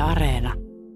Areena.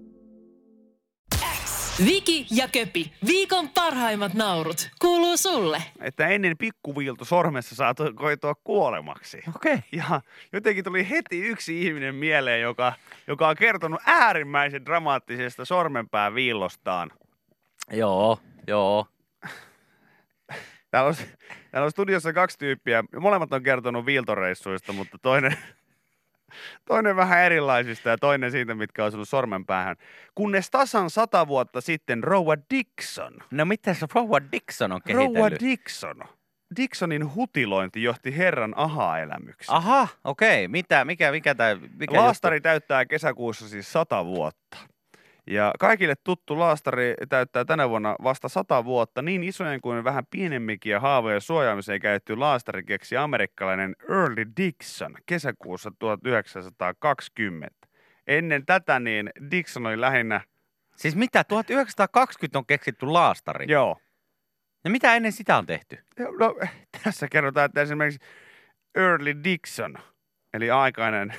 Viki ja Köpi, viikon parhaimmat naurut, kuuluu sulle. Että ennen pikkuviilto sormessa saatoi koitua kuolemaksi. Okei. Ja jotenkin tuli heti yksi ihminen mieleen, joka on kertonut äärimmäisen dramaattisesta sormenpääviillostaan. Joo. Täällä on studiossa kaksi tyyppiä. Molemmat on kertonut viiltoreissuista, mutta toinen vähän erilaisista ja toinen siitä, mitkä on osunut sormenpäähän. Kunnes tasan 100 vuotta sitten Rouva Dixon. No mitä se Rouva Dixon on kehitellyt? Rouva Dixon. Dixonin hutilointi johti herran aha-elämyksiin. Aha, okei. Mikä Laastari juttu? täyttää kesäkuussa siis 100 vuotta. Ja kaikille tuttu laastari täyttää tänä vuonna vasta 100 vuotta. Niin isojen kuin vähän pienemmikin haavojen suojaamiseen käytetty laastari keksi amerikkalainen Early Dixon kesäkuussa 1920. Ennen tätä niin Dixon oli lähinnä... Siis mitä? 1920 on keksitty laastari? Joo. Ja mitä ennen sitä on tehty? No, tässä kerrotaan, että esimerkiksi Early Dixon, eli aikainen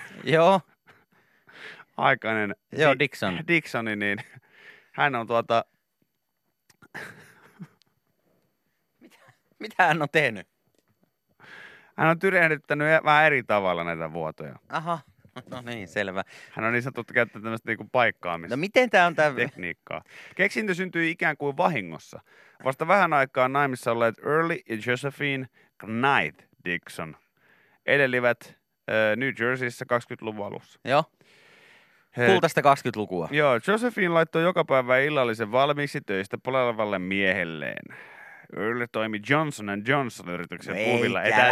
Joo, Dixon. Dixoni, niin hän on Mitä hän on tehnyt? hän on tyrehdyttänyt vähän eri tavalla näitä vuotoja. Aha, no niin, selvä. Hän on niin sanottu käyttänyt tämmöistä niinku paikkaamista. No miten tää on tää... Tekniikkaa. Keksintö syntyi ikään kuin vahingossa. Vasta vähän aikaa naimissa olleet Early ja Josephine Knight Dixon edelivät New Jerseyssä 20-luvun alussa. Joo. Kultaista 20-lukua. Joo, Josephine laittoi joka päivä illallisen valmiiksi töistä palelevalle miehelleen. Early toimi Johnson & Johnson -yrityksen puuvilla. Ei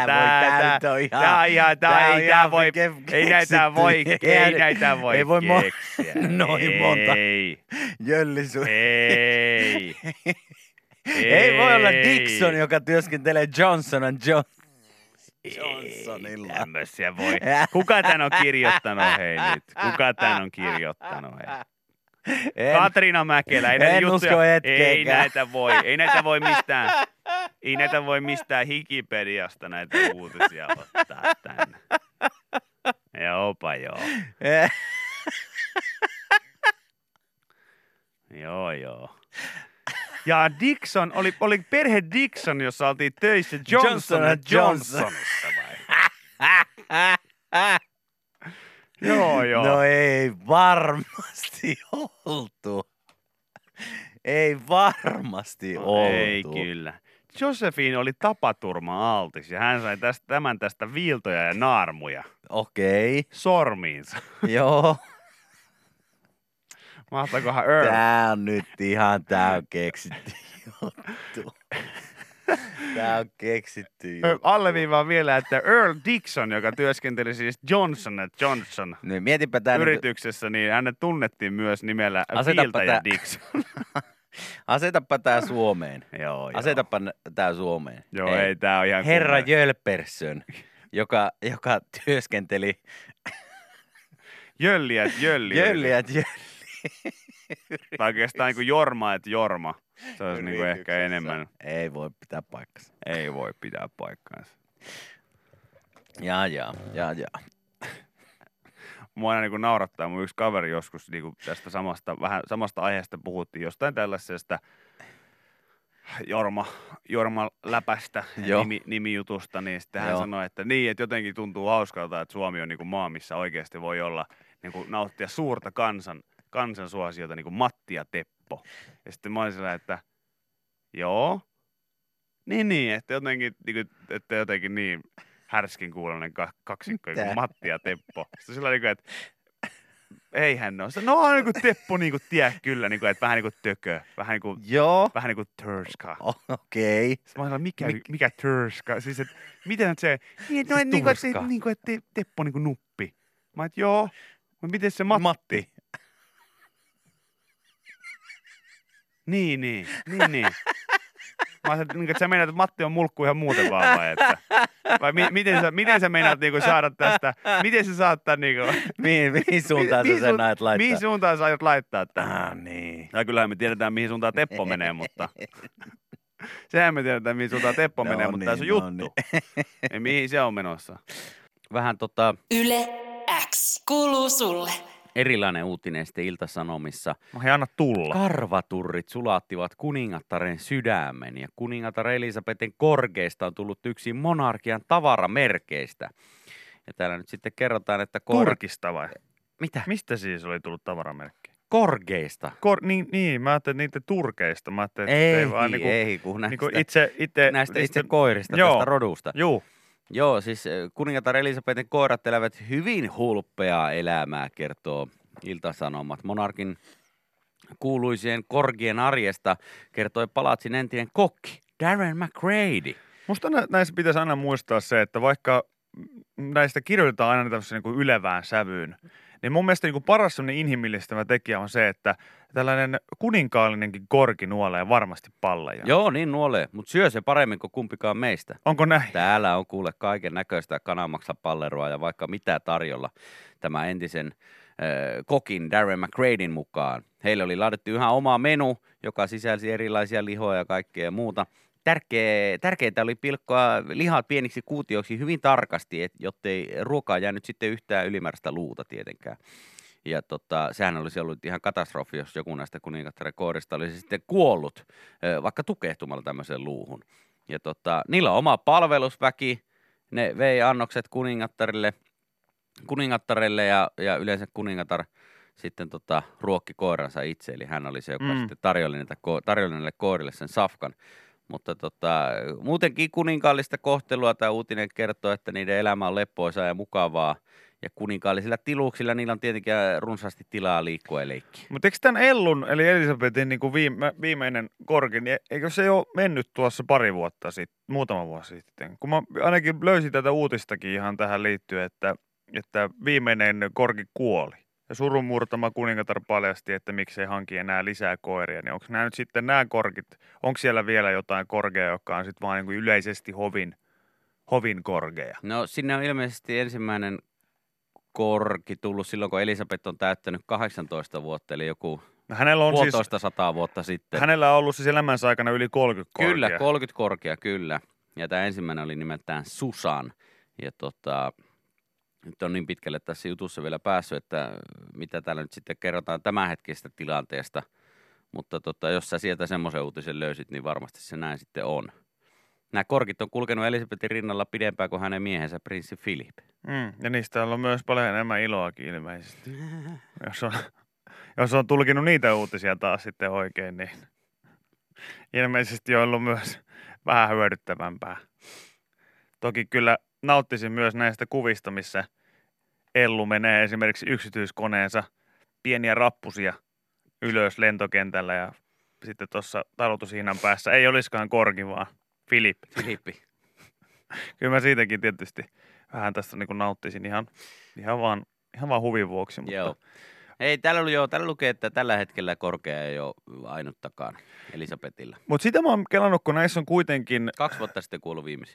näitä voi keksiä. Noin monta. Jöllisu. Ei. Ei voi olla Dixon, joka työskentelee Johnson & Johnsonilla. Tämmöisiä voi. Kuka tän on kirjoittanut nyt? Kuka tän on kirjoittanut Katriina Mäkelä. En usko hetkeäkään. Ei näitä voi mistään Wikipediasta näitä uutisia ottaa tänne. Joopa joo. Joo. Ja Dixon, oli perhe Dixon, jossa oltiin töissä Johnson & Johnsonissa vai? Joo. No ei varmasti oltu. Ei kyllä. Josephine oli tapaturma-altis ja hän sai tästä viiltoja ja naarmuja. Okei. Sormiinsa. Joo. Mahtakohan Earl? Tää on nyt ihan keksitty juttu. Alleviivaan vielä, että Earl Dixon, joka työskenteli siis Johnson & Johnson niin, mietipä tää yrityksessä, niin hänet tunnettiin myös nimellä Viiltäjä Dixon. Asetapa tää Suomeen. Joo. Asetapa tää Suomeen. Joo, ei tää on ihan Herra Jölpersson, joka työskenteli... Jölliät. Tai oikeastaan niin kuin Jorma. Se olisi niin kuin ehkä enemmän. Ei voi pitää paikkansa. Ei voi pitää paikkansa. Jaa. Mua aina niin kuin naurattaa. Mun yksi kaveri joskus niin kuin tästä samasta aiheesta puhuttiin jostain tällaisesta Jorma Läpästä nimijutusta, niin sitten hän sanoi, että että jotenkin tuntuu hauskalta, että Suomi on niin kuin maa, missä oikeasti voi olla niin kuin nauttia suurta kansansuosiota, niin kuin Matti ja Teppo. Ja sitten mä olin sellainen, että joo, niin, että jotenkin niin härskin kuulonen kaksikko kuin Matti ja Teppo. Sitten sillä niin kuin, että eihän ole. No on niin kuin Teppo niin kuin tie kyllä, niin kuin, että vähän niin kuin tökö, vähän niin kuin törska. Okei. Sitten mä olin mikä törska? Siis että miten se, niin kuin, että Teppo niin kuin nuppi. Mä olin, joo, mutta miten se Matti? Niin. Mä ajattelin, että sä meinaat, että Matti on mulkku ihan muuten vaan vai, että... Vai miten sä meinaat niinku saada tästä... Miten sä saattaa niinku... Mihin suuntaan sä sen aiot laittaa? Mihin suuntaan sä aiot laittaa tämän? Niin. Ja kyllähän me tiedetään, mihin suuntaan Teppo menee, mutta... Sehän me tiedetään, mihin suuntaan Teppo menee, mutta tässä on juttu. Ei, mihin se on menossa? Vähän Yle X kuuluu sulle. erilainen uutinen sitten Ilta-Sanomissa. Hei, anna tulla. Karvaturrit sulattivat kuningattaren sydämen ja kuningatar Elisabetin korkeista on tullut yksi monarkian tavaramerkeistä. Ja täällä nyt sitten kerrotaan, että Turkista vai? Mitä? Mistä siis oli tullut tavaramerkki? Korgeista. Niin, mä ajattelin niitä turkeista. Mä ajattelin, Ei, vaan kun näistä, niinku itse koirista, joo, tästä rodusta. Juu. Joo, siis kuningatar Elisabetin koirat elävät hyvin hulppeaa elämää, kertoo Ilta-Sanomat. Monarkin kuuluisien korgien arjesta kertoi palatsin entinen kokki Darren McGrady. Musta näissä pitäisi aina muistaa se, että vaikka näistä kirjoitetaan aina tämmöisen niin kuin ylevään sävyyn, niin mun mielestä niin kuin paras inhimillistävä tekijä on se, että tällainen kuninkaallinenkin korki nuolee varmasti palleja. Joo, niin nuolee, mutta syö se paremmin kuin kumpikaan meistä. Onko näin? Täällä on kuule kaiken näköistä kananmaksapalleroa ja vaikka mitä tarjolla tämä entisen kokin Darren McGradyn mukaan. Heille oli laadittu ihan oma menu, joka sisälsi erilaisia lihoja ja kaikkea muuta. Tärkeintä oli pilkkoa lihat pieniksi kuutioiksi hyvin tarkasti, jottei ruokaa jäänyt sitten yhtään ylimääräistä luuta tietenkään. Ja sehän olisi ollut ihan katastrofi, jos joku näistä kuningattaren koirista olisi sitten kuollut vaikka tukehtumalla tämmöiseen luuhun. Ja niillä on oma palvelusväki, ne vei annokset kuningattarelle ja yleensä kuningatar sitten ruokki koiransa itse, eli hän oli se, joka sitten tarjoili näille koirille sen safkan. Mutta muutenkin kuninkaallista kohtelua tämä uutinen kertoo, että niiden elämä on leppoisaa ja mukavaa. Ja kuninkaallisilla tiluksilla niillä on tietenkin runsaasti tilaa liikkua ja leikkiä. Mutta eikö tämän Ellun, eli Elisabetin niin kuin viimeinen korki, niin eikö se ole mennyt tuossa pari vuotta sitten, muutama vuosi sitten? Kun mä ainakin löysin tätä uutistakin ihan tähän liittyen, että viimeinen korki kuoli. Ja surunmurtama kuningatar paljasti, että miksei hanki enää lisää koiria. Niin onko nämä nyt sitten nämä korkit, onko siellä vielä jotain korkeja, joka on sitten vaan niin kuin yleisesti hovin korkeja? No sinne on ilmeisesti ensimmäinen korki tullut silloin, kun Elisabeth on täyttänyt 18 vuotta, eli joku puolitoista sataa vuotta sitten. Hänellä on ollut siis elämänsä aikana yli 30 korkia. Kyllä, 30 korkia, kyllä. Ja tämä ensimmäinen oli nimeltään Susan. Ja nyt on niin pitkälle tässä jutussa vielä päässyt, että mitä täällä nyt sitten kerrotaan tämänhetkisestä tilanteesta. Mutta jos sä sieltä semmoisen uutisen löysit, niin varmasti se näin sitten on. Nämä korkit on kulkenut Elisabetin rinnalla pidempään kuin hänen miehensä prinssi Philip. Ja niistä on myös paljon enemmän iloakin ilmeisesti. Jos on tulkinut niitä uutisia taas sitten oikein, niin ilmeisesti on ollut myös vähän hyödyttävämpää. Toki kyllä nauttisin myös näistä kuvista, missä Ellu menee esimerkiksi yksityiskoneensa pieniä rappusia ylös lentokentällä ja sitten tuossa talutushinnan päässä ei olisikaan korki, vaan Filippi. Kyllä mä siitäkin tietysti vähän tästä niin kuin nauttisin ihan vaan huvin vuoksi. Mutta... Joo. Ei, täällä lukee, että tällä hetkellä korkea ei ole ainuttakaan Elisabetilla. Mutta sitä mä oon kelannut, kun näissä on kuitenkin... 2 vuotta sitten kuollut viimeisin.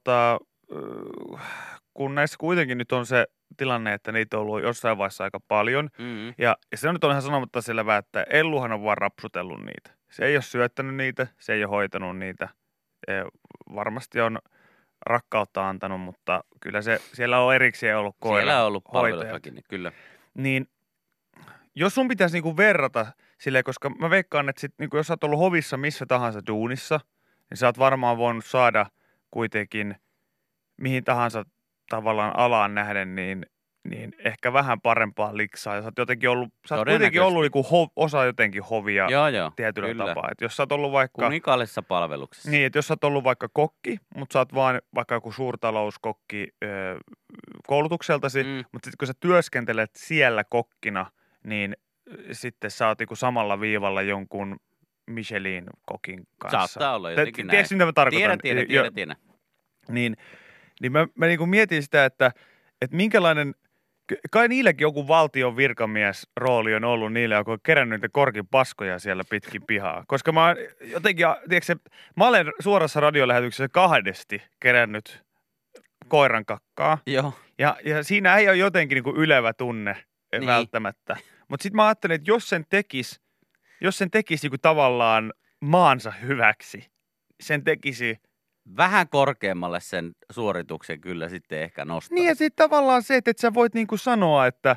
Kun näissä kuitenkin nyt on se tilanne, että niitä on ollut jossain vaiheessa aika paljon. Mm-hmm. Ja se nyt on ihan sanomatta selvää, että Elluhan on vaan rapsutellut niitä. Se ei ole syöttänyt niitä, se ei ole hoitanut niitä. Varmasti on rakkautta antanut, mutta kyllä siellä on erikseen ollut koira. Siellä on ollut palvelusväki, kyllä. Niin jos sun pitäisi niinku verrata silleen, koska mä veikkaan, että sit, niinku, jos sä oot ollut hovissa missä tahansa duunissa, niin sä oot varmaan voinut saada kuitenkin mihin tahansa tavallaan alaan nähden, niin ehkä vähän parempaa liksaa. Ja sä oot jotenkin ollut, kuitenkin ollut niinku osa jotenkin hovia tietyllä kyllä. Tapaa. Et jos sä oot ollut vaikka... Kuninkallisessa palveluksessa. Niin, että jos sä oot ollut vaikka kokki, mutta sä oot vaan vaikka joku suurtalouskokki koulutukseltasi, mutta sitten kun sä työskentelet siellä kokkina, niin sitten sä oot niinku samalla viivalla jonkun Michelin-kokin kanssa. Saattaa olla jotenkin näin. Tiedätkö, mitä mä tarkoitan? Tiedän. Niin mä niinku mietin sitä, että minkälainen, kai niilläkin joku valtion virkamiesrooli on ollut niillä, jotka on kerännyt niitä korkin paskoja siellä pitkin pihaa. Koska mä jotenkin, tiedätkö, mä olen suorassa radiolähetyksessä 2 kerännyt koiran kakkaa. Joo. Ja siinä ei ole jotenkin niinku ylevä tunne niin. Välttämättä. Mutta sitten mä ajattelin, että jos sen tekisi niinku tavallaan maansa hyväksi, sen tekisi... Vähän korkeammalle sen suorituksen kyllä sitten ehkä nostaa. Niin ja sitten tavallaan se, että sä voit niinku sanoa, että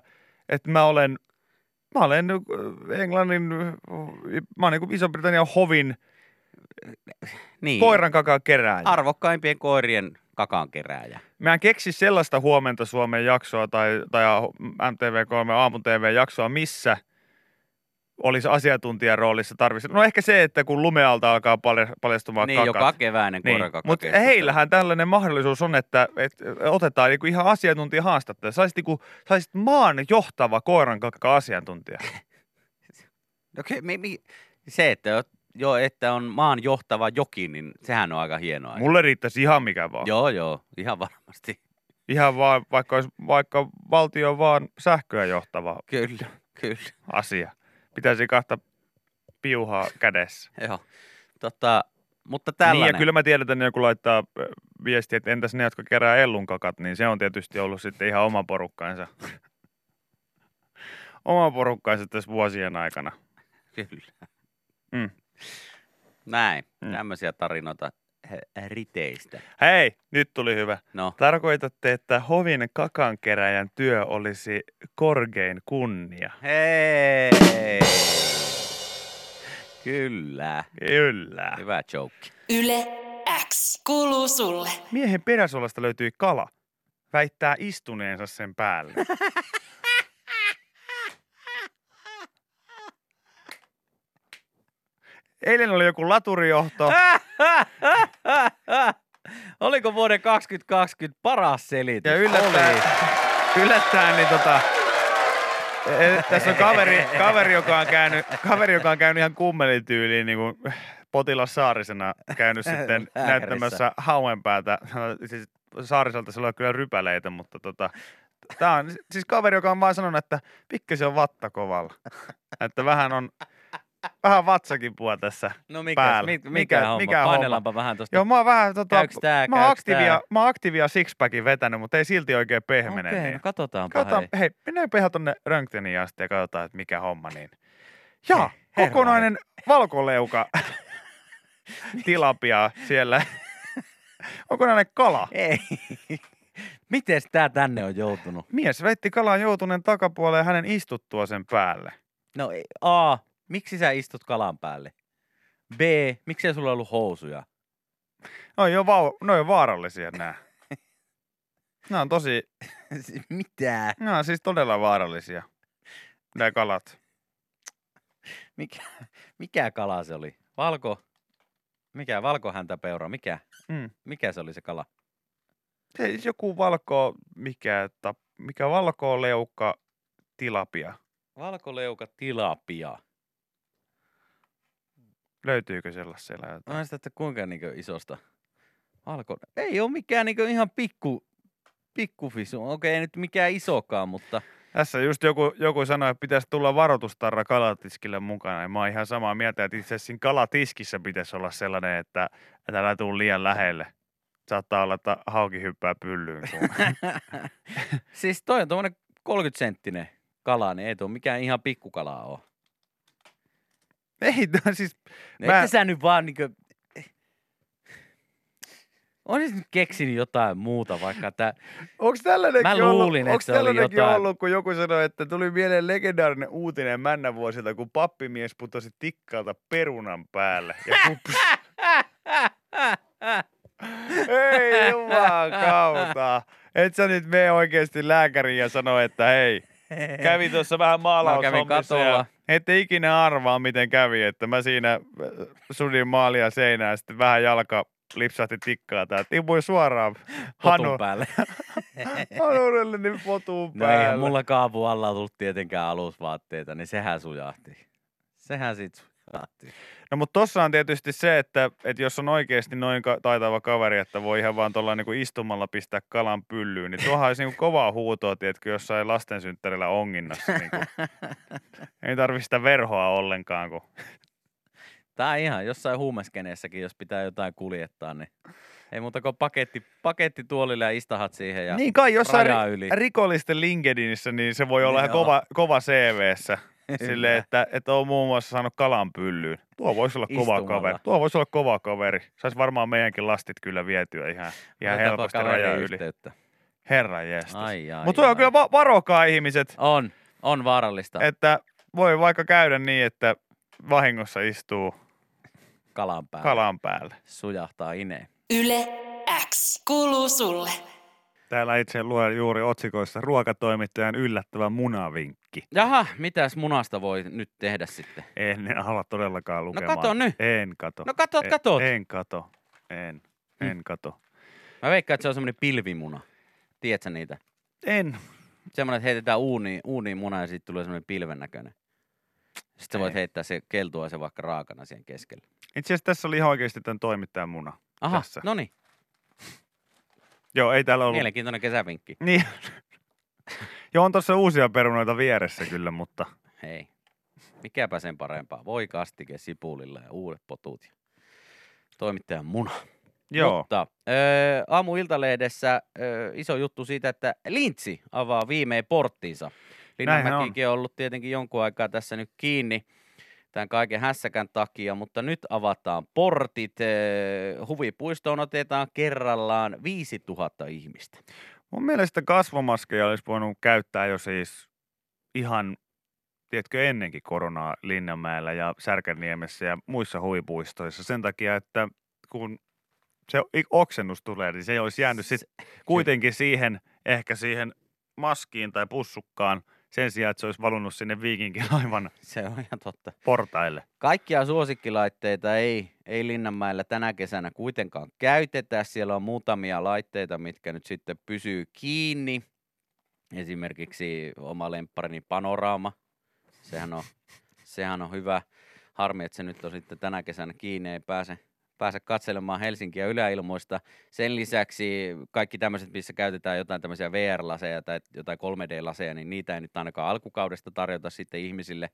että mä olen Englannin, mä oon niin kuin Iso-Britannian hovin Niin. koiran kakan kerääjä. Arvokkaimpien koirien kakan kerääjä. Mä en keksi sellaista Huomenta Suomen jaksoa tai MTV3 Aamun TV-jaksoa, missä olisi asiantuntijan roolissa tarvissa. No ehkä se, että kun lumealta alkaa paljastumaan Niin, kakat. joka keväinen koirakakka. Mutta heillähän tällainen mahdollisuus on, että otetaan niinku ihan asiantuntijan haastattelu. Saisit maan johtava koirankakka asiantuntija. Okei, se, että on maan johtava joki, niin sehän on aika hienoa. Mulle riittäisi ihan mikä vaan. Joo, ihan varmasti. Ihan vaan, vaikka valtio on vaan sähköä johtava Kyllä. asia. Pitäisi kahta piuhaa kädessä. Joo, mutta tällainen. Niin ja kyllä mä tiedän, että joku laittaa viestiä, että entäs ne, jotka kerää ellunkakat, niin se on tietysti ollut sitten ihan oma porukkaansa. Oma porukkaansa tässä vuosien aikana. Kyllä. Mm. Näin, tämmöisiä tarinoita riteistä. Hei, nyt tuli hyvä. No. Tarkoitatte, että hovin kakankeräjän työ olisi korkein kunnia. Hei! Kyllä. Kyllä. Hyvä joke. Yle X kuuluu sulle. Miehen peräsolasta löytyi kala. Väittää istuneensa sen päälle. Eilen oli joku laturijohto. Oliko vuoden 2020 paras selitys? Ja yllättäen niin tässä on kaveri, joka on käynyt ihan kummelityyliin niin kuin potilas Saarisena käynyt sitten näyttämässä hauenpäätä. Siis Saariselta sillä on kyllä rypäleitä, mutta tää on siis kaveri, joka on vaan sanonut, että pikkasen on vatta kovalla. Että vähän vatsakin pua tässä päällä. Mikä homma? Painellaanpa vähän tosta. Joo, mä oon vähän mä oon aktiivia sixpackin vetänyt, mutta ei silti oikein pehmene. Okei, niin. no katsotaanpa. Hei, mennään ihan tonne röntgeniin asti ja katsotaan, että mikä homma niin. Ja kokonainen valkoleuka tilapia siellä. Kokonainen kala. Ei. Mites tää tänne on joutunut? Mies veitti kalan joutuneen takapuoleen hänen istuttua sen päälle. No A. Miksi sä istut kalan päälle? B. Miksi ei sulla ollut housuja? No on vaarallisia nää. Nämä on tosi... Mitä? Nämä on siis todella vaarallisia. Nämä kalat. Mikä kala se oli? Valkohäntäpeura? Mikä se oli se kala? Se joku mikä valkoleukka tilapia. Valkoleuka tilapia. Löytyykö sellaisella jotain? No sitä, että kuinka isosta? Ei ole mikään ihan pikkufisu. Okei, nyt mikään isokaan, mutta... Tässä just joku sanoi, että pitäisi tulla varoitustarra kalatiskille mukana. Ja mä oon ihan samaa mieltä, että itse asiassa siinä kalatiskissä pitäisi olla sellainen, että älä tuu liian lähelle. Saattaa olla, että hauki hyppää pyllyyn. Siis toi on tuommoinen 30-senttinen kala, niin ei tuo mikään ihan pikkukalaa ole. Ei, siis... Ette sä nyt vaan Olisit nyt keksinyt jotain muuta, vaikka tää... Onko tällainenkin jotain... ollut, kun joku sanoi, että tuli mieleen legendaarinen uutinen Männävuosilta, kun pappimies putosi tikkaalta perunan päälle. Ja kups. Ei jumakauta. Et sä nyt mene oikeesti lääkäriin ja sano, että hei, kävi tuossa vähän maalaushommissa ja ette ikinä arvaa, miten kävi, että mä siinä sudin maalia seinään ja sitten vähän jalka lipsahti tikkaa tää. Tipuin suoraan potun päälle. Hanuudelle niin potun päälle. No eihän mulla kaavu alla tullut tietenkään alusvaatteita, niin sehän sujahti. Sehän sit sujahti. No mutta tossa on tietysti se, että jos on oikeasti noin taitava kaveri, että voi ihan vaan tuolla niinku istumalla pistää kalan pyllyyn, niin tuohan olisi niinku kovaa huutoa, tiedätkö, jossain lastensynttärillä onginnassa. Niinku. Ei tarvitse sitä verhoa ollenkaan. Kun... Tää on ihan jossain huumeskeneessäkin, jos pitää jotain kuljettaa, niin ei muuta kuin paketti tuolille ja istahat siihen ja niin kai jossain rikollisten LinkedInissä, niin se voi olla ihan kova CV:ssä. Silleen, että on muun muassa saanut kalan pyllyyn. Tuo voisi olla kova kaveri. Saisi varmaan meidänkin lastit kyllä vietyä ihan helposti rajan yli. Herran jestas. Mutta tuo on kyllä varokaa ihmiset. On. On vaarallista. Että voi vaikka käydä niin, että vahingossa istuu Kalan päälle. Sujahtaa ineen. Yle X kuuluu sulle. Täällä itse luen juuri otsikoissa ruokatoimittajan yllättävä munavinkki. Jaha, mitäs munasta voi nyt tehdä sitten? En ala todellakaan lukemaan. No kato nyt. En kato. No katot. En kato. En kato. Mä veikkaan, että se on semmoinen pilvimuna. Tiedätkö niitä? En. Semmoinen, että heitetään uuniin muna ja siitä tulee semmoinen pilven näköinen. Sitten voit heittää se keltua se vaikka raakana siihen keskelle. Itse asiassa tässä oli ihan oikeasti tämän toimittajan muna. Aha, tässä. noniin. Joo, ei täällä ollut. Mielenkiintoinen kesävinkki. Niin. Joo, on tuossa uusia perunoita vieressä kyllä, mutta... Hei, mikäpä sen parempaa. Voi kastike sipulilla ja uudet potut ja toimittajan muna. Joo. Mutta aamu-iltalehdessä iso juttu siitä, että Lintsi avaa viimein porttinsa. Linnanmäkikin on ollut tietenkin jonkun aikaa tässä nyt kiinni tämän kaiken hässäkän takia, mutta nyt avataan portit. Huvipuistoon otetaan kerrallaan 5000 ihmistä. Mun mielestä kasvomaskeja olisi voinut käyttää jo siis ihan, tiedätkö, ennenkin koronaa Linnanmäellä ja Särkänniemessä ja muissa huvipuistoissa. Sen takia, että kun se oksennus tulee, niin se ei olisi jäänyt sitten kuitenkin ehkä siihen maskiin tai pussukkaan sen sijaan, että se olisi valunut sinne Viikinkilaivan Se on ihan totta. portaille. Kaikkia suosikkilaitteita ei Linnanmäellä tänä kesänä kuitenkaan käytetä. Siellä on muutamia laitteita, mitkä nyt sitten pysyy kiinni. Esimerkiksi oma lempparini Panoraama. Sehän on hyvä. Harmi, että se nyt on sitten tänä kesänä kiinni, ei pääse katselemaan Helsinkiä yläilmoista. Sen lisäksi kaikki tämmöiset, missä käytetään jotain tämmöisiä VR-laseja tai jotain 3D-laseja, niin niitä ei nyt ainakaan alkukaudesta tarjota sitten ihmisille,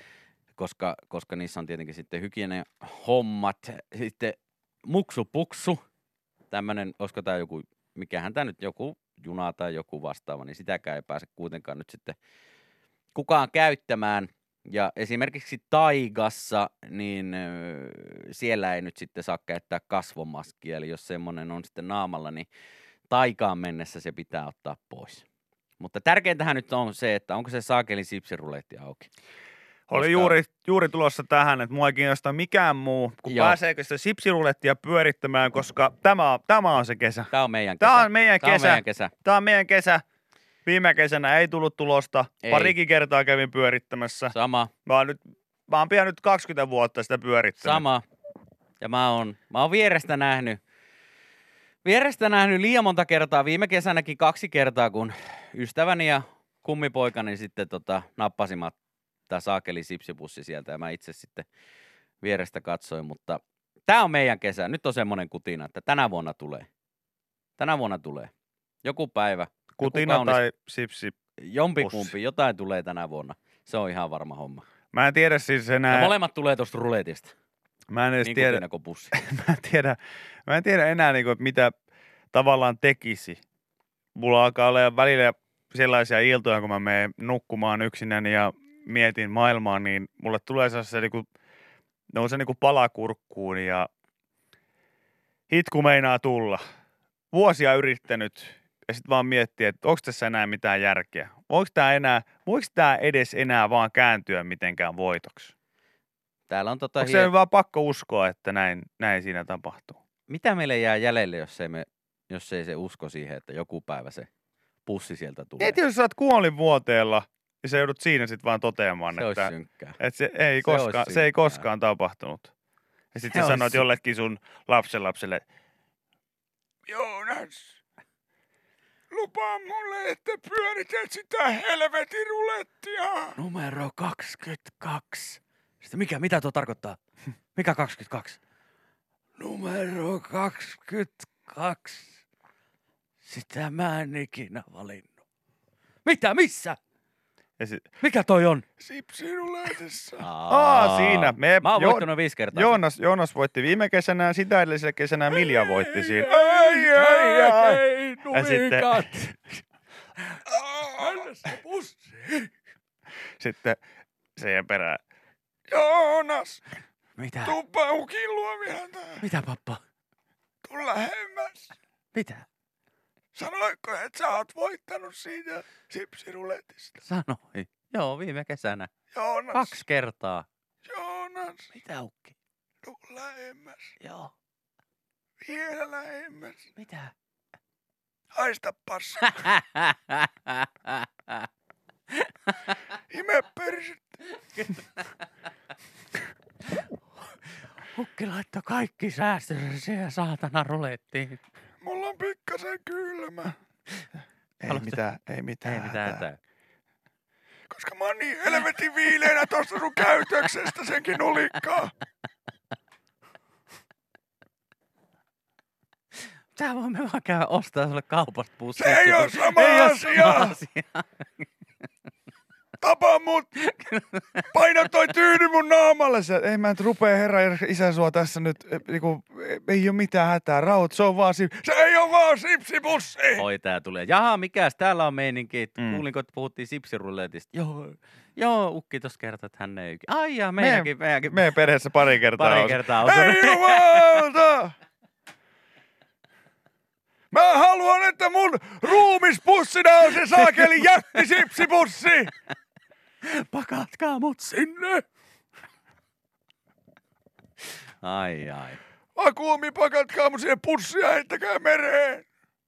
koska niissä on tietenkin sitten hygieniahommat. Sitten muksupuksu, tämmöinen, olisiko tämä joku, mikähän tämä nyt, joku juna tai joku vastaava, niin sitäkään ei pääse kuitenkaan nyt sitten kukaan käyttämään. Ja esimerkiksi taigassa, niin siellä ei nyt sitten saa käyttää kasvomaskia, eli jos semmoinen on sitten naamalla, niin taikaan mennessä se pitää ottaa pois. Mutta tärkeintähän nyt on se, että onko se saakelin sipsiruletti auki. Oli juuri tulossa tähän, että mua ei kiinnosta mikään muu, kun pääseekö sitä sipsirulettia pyörittämään, koska tämä on se kesä. Tämä on meidän kesä. Tämä on meidän kesä. Viime kesänä ei tullut tulosta. Parikin kertaa kävin pyörittämässä. Sama. Mä oon pian nyt 20 vuotta sitä pyörittänyt. Sama. Ja mä oon vierestä nähnyt liian monta kertaa. Viime kesänäkin 2 kertaa, kun ystäväni ja kummipoikani sitten nappasivat tämä saakeli sipsipussi sieltä. Ja mä itse sitten vierestä katsoin. Mutta tää on meidän kesä. Nyt on semmoinen kutina, että tänä vuonna tulee. Joku päivä. Kutina tai sipsi. Jompikumpi, jotain tulee tänä vuonna. Se on ihan varma homma. Mä en tiedä siis enää. Ja molemmat tulee tosta ruletista. Mä en edes niin tiedä. Pussi. Mä en tiedä enää niinku, mitä tavallaan tekisi. Mulla alkaa olla välillä sellaisia iltoja, kun mä menen nukkumaan yksinäni ja mietin maailmaa, niin mulle tulee se niinku pala kurkkuun ja hitku meinaa tulla. Vuosia yrittänyt. Ja sitten vaan miettiä, että onko tässä enää mitään järkeä. Voiko tämä edes enää vaan kääntyä mitenkään voitoksi? Täällä on onko se vaan pakko uskoa, että näin siinä tapahtuu? Mitä meille jää jäljelle, jos ei se usko siihen, että joku päivä se pussi sieltä tulee? Tiedätkö, jos sä oot kuolinvuoteella, niin sä joudut siinä sitten vaan toteamaan, se että, synkkää. Että se ei koskaan tapahtunut. Ja sitten sä sanoit jollekin sun lapsenlapselle, Joonas, lupaa mulle, että pyörität sitä helvetin rulettia. Numero 22. Sitten mitä tuo tarkoittaa? Mikä 22? Numero 22. Sitä mä en ikinä valinnut. Mitä? Missä? Mikä toi on? Sipsiruletissa. Siinä. Mä oon voittanut 5 kertaa. Joonas voitti viime kesänä, sitä edellisellä kesänä Milja voitti siinä. Ei, nuikat. Anna se pussi. Sitten sen perään. Joonas! Mitä? Tuu paukin luo vielä tää. Mitä, pappa? Tuu lähemmäs. Mitä? Sanoitko, että sä oot voittanut siitä sipsiruletista? Sanoi. Joo, viime kesänä. Joonas. 2 kertaa. Joonas. Mitä ukki? Tuu lähemmäs. Joo. Vielä lähemmäs. Mitä? Haista passa. Ime persettä. Ukki laittoi kaikki säästönsä siihen saatana rulettiin. Mulla on pikkasen kylmä. Ei mitään hätää. Koska mä oon niin helvetin viileänä tosta sun käytöksestä senkin nulikkaa. Tää voimme vaan käydä ostaa sulle kaupasta pussit. Se ei oo sama asia. Tapa mut! Paina toi tyyny mun naamalle. Ei mä nyt rupee herra isä sua tässä nyt, niinku, ei oo mitään hätää. Rauhoit, se on vaan se ei oo vaan sipsipussi! Oi tää tulee. Jaha, mikäs täällä on meininki? Kuulinko, että puhuttiin sipsiruletista? Joo, ukki tossa kertoi, että hän ei. Ai jaa, meidänkin. Meidän perheessä pari kertaa Ei jumalta! Mä haluan, että mun ruumispussina on se saakeli jättisipsipussi! Pakatkaa mut sinne! Ai. Akuumi, pakatkaa mun siihen pussiin ja heittäkää mereen!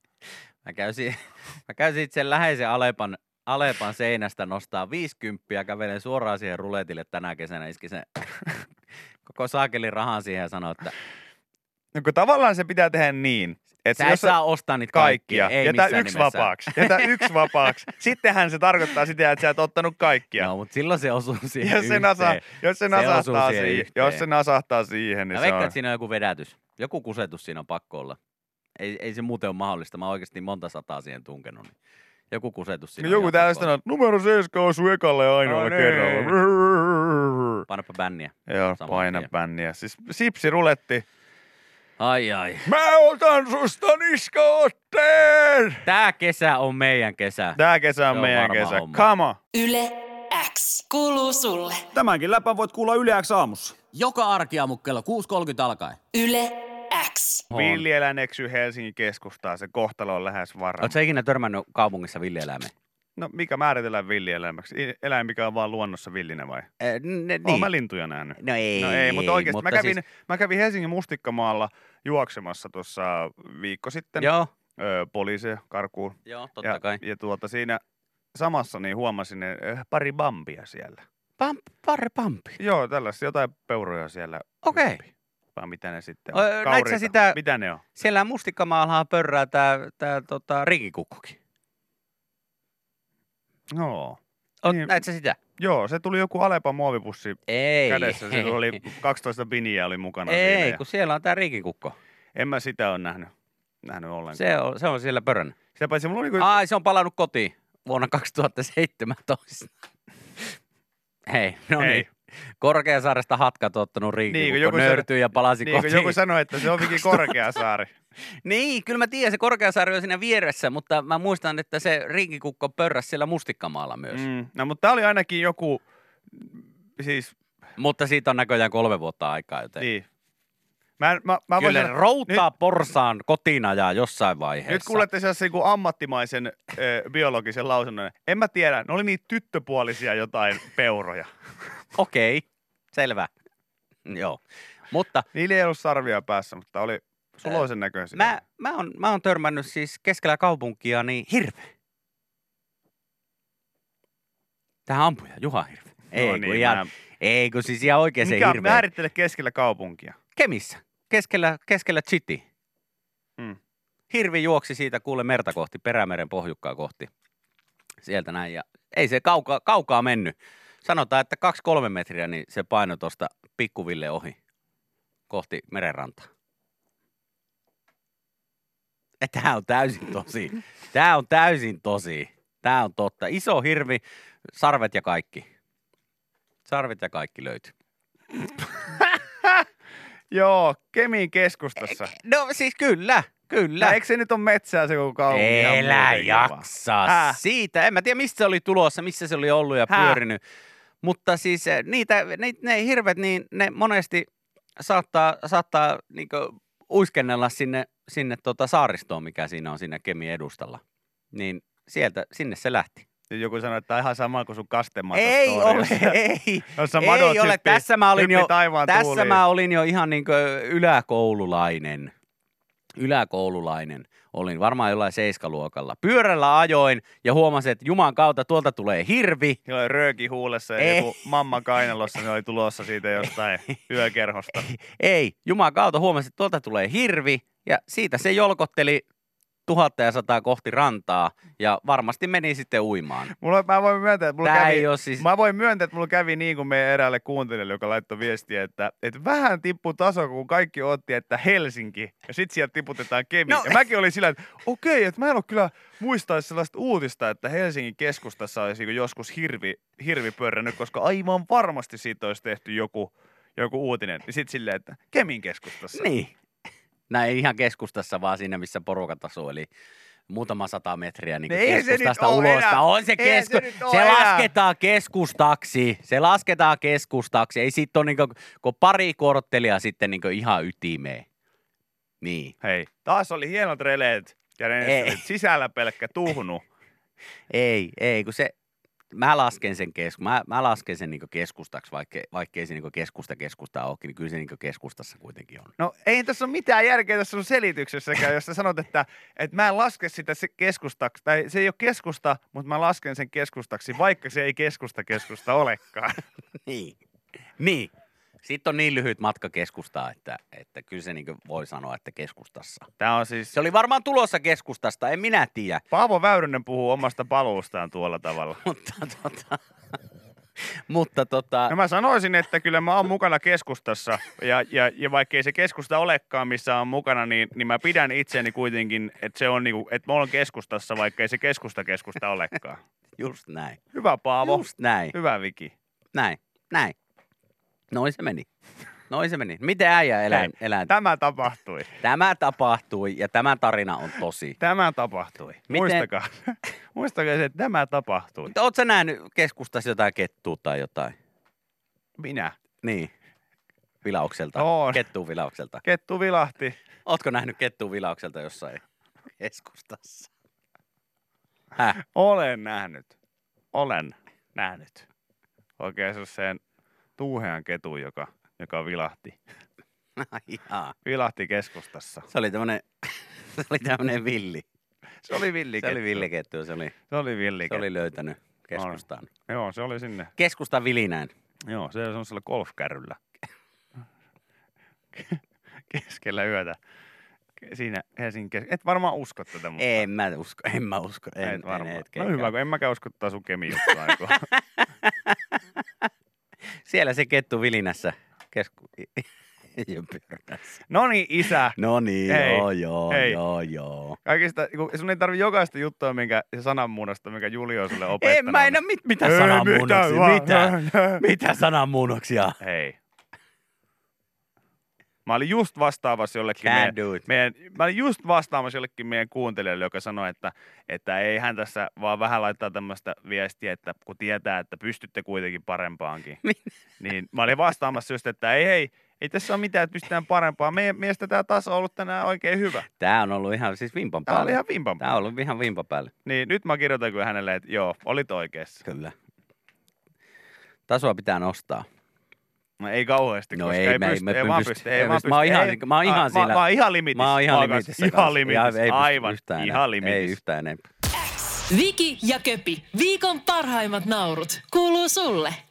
Mä käyn sen läheisen Alepan seinästä nostaa 50 ja kävelen suoraan siihen ruletille tänä kesänä. Iski sen koko saakelin rahan siihen ja sanoo, että No kun tavallaan se pitää tehdä niin, että sä et saa ostaa niitä kaikkia. Ei Jätä yksi vapaaksi. Sittenhän se tarkoittaa sitä, että sä et ottanut kaikkia. No, mutta silloin se osuu siihen Jos se nasahtaa siihen, niin mä se veikkaan, on. että siinä on joku vedätys. Joku kusetus siinä on pakko olla. Ei se muuten ole mahdollista. Mä oon oikeasti monta sataa siihen tunkenut. Niin joku kusetus siinä Joku täällä sanoo, että numero 7 osuu ekalle ja ainoalla kerralla. Painapa bänniä. Joo, paina bänniä. Siis sipsiruletti. Ai. Mä otan susta niskaotteen! Tää kesä on meidän kesä. Tää kesä on Se on meidän varma kesä. homma. Come on! Yle X kuuluu sulle. Tämänkin läpän voit kuulla Yle X aamussa. Joka arkiaamu kello 6.30 alkaen. Yle X. Villieläin eksyy Helsingin keskustaan. Se kohtalo on lähes varma. Ootko sä ikinä törmännyt kaupungissa villieläimeen? No mikä määritellään villieläimeksi? Eläin, mikä on vaan luonnossa villinä vai? Niin. Oon mä lintuja nähnyt. No ei. No ei, mutta oikeesti. Mutta Mä kävin Helsingin Mustikkamaalla juoksemassa tuossa viikko sitten. Joo. Poliiseja karkuun. Joo, totta kai. Ja siinä samassa niin huomasin pari bambia siellä. Pari pampi. Joo, tällaisia jotain peuroja siellä. Okei. hyppi. Vai mitä ne sitten on? Näetkö sä Kauriita. sitä? Mitä ne on? Siellä Mustikkamaallahan pörrää tää rikikukkukin. Joo. Niin. Näetkö sä sitä? Joo, se tuli joku Alepan muovipussi Ei. kädessä. Se oli 12 biniä oli mukana siinä. Ei, Ja kun siellä on tää rikikukko. en mä sitä ole nähnyt ollenkaan. Se on siellä pörrännyt. Sitä paitsi mulla on niinku... Ai, se on palannut kotiin vuonna 2017. Hei, no Hei. niin. Korkeasaaresta hatkat ottanut rikikukko, nöyrtyi ja palasi niin, kotiin. joku sanoi, että se on vikin Korkeasaari. Niin, kyllä mä tiedän, se Korkeasaari on siinä vieressä, mutta mä muistan, että se rikikukko pörräsi siellä Mustikkamaalla myös. No, mutta tää oli ainakin joku, siis... Mutta siitä on näköjään 3 vuotta aikaa, joten... Niin. Mä Kyllä voisin... routaa porsaan kotiinajaa jossain vaiheessa. Nyt kuulette sellaisen niin ammattimaisen biologisen lausunnon. En mä tiedä, ne oli niin tyttöpuolisia jotain peuroja. Okei, selvä. Joo, mutta... Niillä ei ollut sarvia päässä, mutta oli suloisen näköisiä. Mä oon törmännyt siis keskellä kaupunkia niin hirveä. Tähän ampuja, Juha Hirve. Ei kun siis ihan oikein se mikä hirveä. määrittele keskellä kaupunkia? Kemissä, keskellä Chiti. Hirvi juoksi siitä kuule merta kohti, Perämeren pohjukkaa kohti. Sieltä näin ja ei se kaukaa mennyt. Sanotaan, että 2-3 metriä, niin se painoi tuosta Pikkuville ohi kohti merenrantaa. Tämä on täysin tosi. Tämä on täysin tosi. Tämä on totta. Iso hirvi, sarvet ja kaikki. Sarvet ja kaikki löytyi. Joo, Kemin keskustassa. No siis kyllä. No, eikö se nyt ole metsää se koko kaupunki? Elä jaksa siitä. En mä tiedä, mistä se oli tulossa, missä se oli ollut ja pyörinyt. Mutta siis ne hirvet, niin ne monesti saattaa niinku uiskennella sinne saaristoon, mikä siinä on siinä Kemin edustalla. Niin sinne se lähti. Joku sanoi, että ihan sama kuin sun kastemato. Ei ole, ei. Ei ole. Tässä mä olin jo ihan niin kuin yläkoululainen. Olin varmaan jollain 7-luokalla. Pyörällä ajoin ja huomasin, että juman kautta tuolta tulee hirvi. Jolla oli rööki huulessa ja joku mamma kainalossa, ne oli tulossa siitä jostain yökerhosta. Ei, juman kautta huomasin, että tuolta tulee hirvi ja siitä se jolkotteli 1100 kohti rantaa ja varmasti meni sitten uimaan. Mä voin myöntää, että mulla kävi niin kuin meidän eräälle kuuntelijalle, joka laittoi viestiä, että vähän tippui taso, kun kaikki otti, että Helsinki ja sit sieltä tiputetaan Kemi. No. Ja mäkin olin sillä, että okei, että mä en ole kyllä muistaisi sellaista uutista, että Helsingin keskustassa olisi joskus hirvi pyörännyt, koska aivan varmasti siitä olisi tehty joku uutinen. Ja sit silleen, että Kemin keskustassa. Niin. Näin ihan keskustassa, vaan siinä, missä porukat asuu, eli muutama 100 metriä niin keskustasta ulos. On se se lasketaan keskustaksi. Se lasketaan keskustaksi. Ei sit ole niin kuin pari korttelia sitten niin ihan ytimeen. Niin. Hei, taas oli hienot releet ja sisällä pelkkä tuhnu. Ei, kun se... Mä lasken sen niinku keskustaksi, vaikkei se niinku keskusta olekin, niin kyllä se niinku keskustassa kuitenkin on. No ei tässä ole mitään järkeä tässä sun selityksessäkään, jos sä sanot, että mä en laske sitä keskustaksi, tai se ei ole keskusta, mutta mä lasken sen keskustaksi, vaikka se ei keskusta olekaan. Niin. Sitten on niin lyhyt matka keskustaa, että kyllä se niinku voi sanoa, että keskustassa. Tää on siis... Se oli varmaan tulossa keskustasta, en minä tiedä. Paavo Väyrynen puhuu omasta paluustaan tuolla tavalla. Mutta No mä sanoisin, että kyllä mä oon mukana keskustassa, ja vaikkei se keskusta olekaan, missä on mukana, niin mä pidän itseäni kuitenkin, että se on niinku, että mä oon keskustassa, vaikkei se keskusta olekaan. Just näin. Hyvä Paavo. Just näin. Hyvä Viki. Näin. Noin se meni. Miten äijä elää? Tämä tapahtui ja tämä tarina on tosi. Tämä tapahtui. Muistakaa se, että tämä tapahtui. Mutta ootko sä nähnyt keskustassa jotain kettua tai jotain? Minä? Niin. Vilaukselta. Oon. Kettuun vilaukselta. Kettu vilahti. Ootko nähnyt kettuun vilaukselta jossain keskustassa? Olen nähnyt. Oikein sellaiseen tuuhean ketun, joka vilahti. Vilahti keskustassa. Se oli tämmönen villi. Se oli villikettu. Se oli villikettu. Se oli löytänyt keskustaan. Joo, se oli sinne. Keskustan vilinään. Joo, se on sellaisella golfkärryllä. Keskellä yötä. Siinä Helsingin et varmaan usko tätä, mutta... En mä usko. Et varmaan. No hyvä, kun en mäkään usko tätä sun Kemin juttua. Siellä se kettu vilinässä Noniin, isä. Noniin, joo. Kaikista, sun ei tarvi jokaista juttua, sananmuunnosta, minkä Juli on sulle opettanut. En mä enää mitä sananmuunnoksia. Mitä sananmuunnoksia? Hei. Mä olin just vastaamassa jollekin meidän kuuntelijalle, joka sanoi, että ei hän tässä vaan vähän laittaa tämmöistä viestiä, että kun tietää, että pystytte kuitenkin parempaankin. Niin mä olin vastaamassa just, että ei tässä ole mitään, että pystytään parempaan. Meidän mielestä tämä taso on ollut tänään oikein hyvä. Tämä on ollut ihan siis vimpan päälle. Tämä oli ihan vimpan päälle. Tämä on ollut ihan vimpan päälle. Niin, nyt mä kirjoitan kyllä hänelle, että joo, olit oikeassa. Kyllä. Tasoa pitää nostaa. No ei kauheasti, no koska ei pysty. Mä oon ihan siellä. Mä oon ihan limitissä. Aivan, yhtään ihan limitissä. Ei yhtään enempää. Viki ja Köpi, viikon parhaimmat naurut, kuuluu sulle.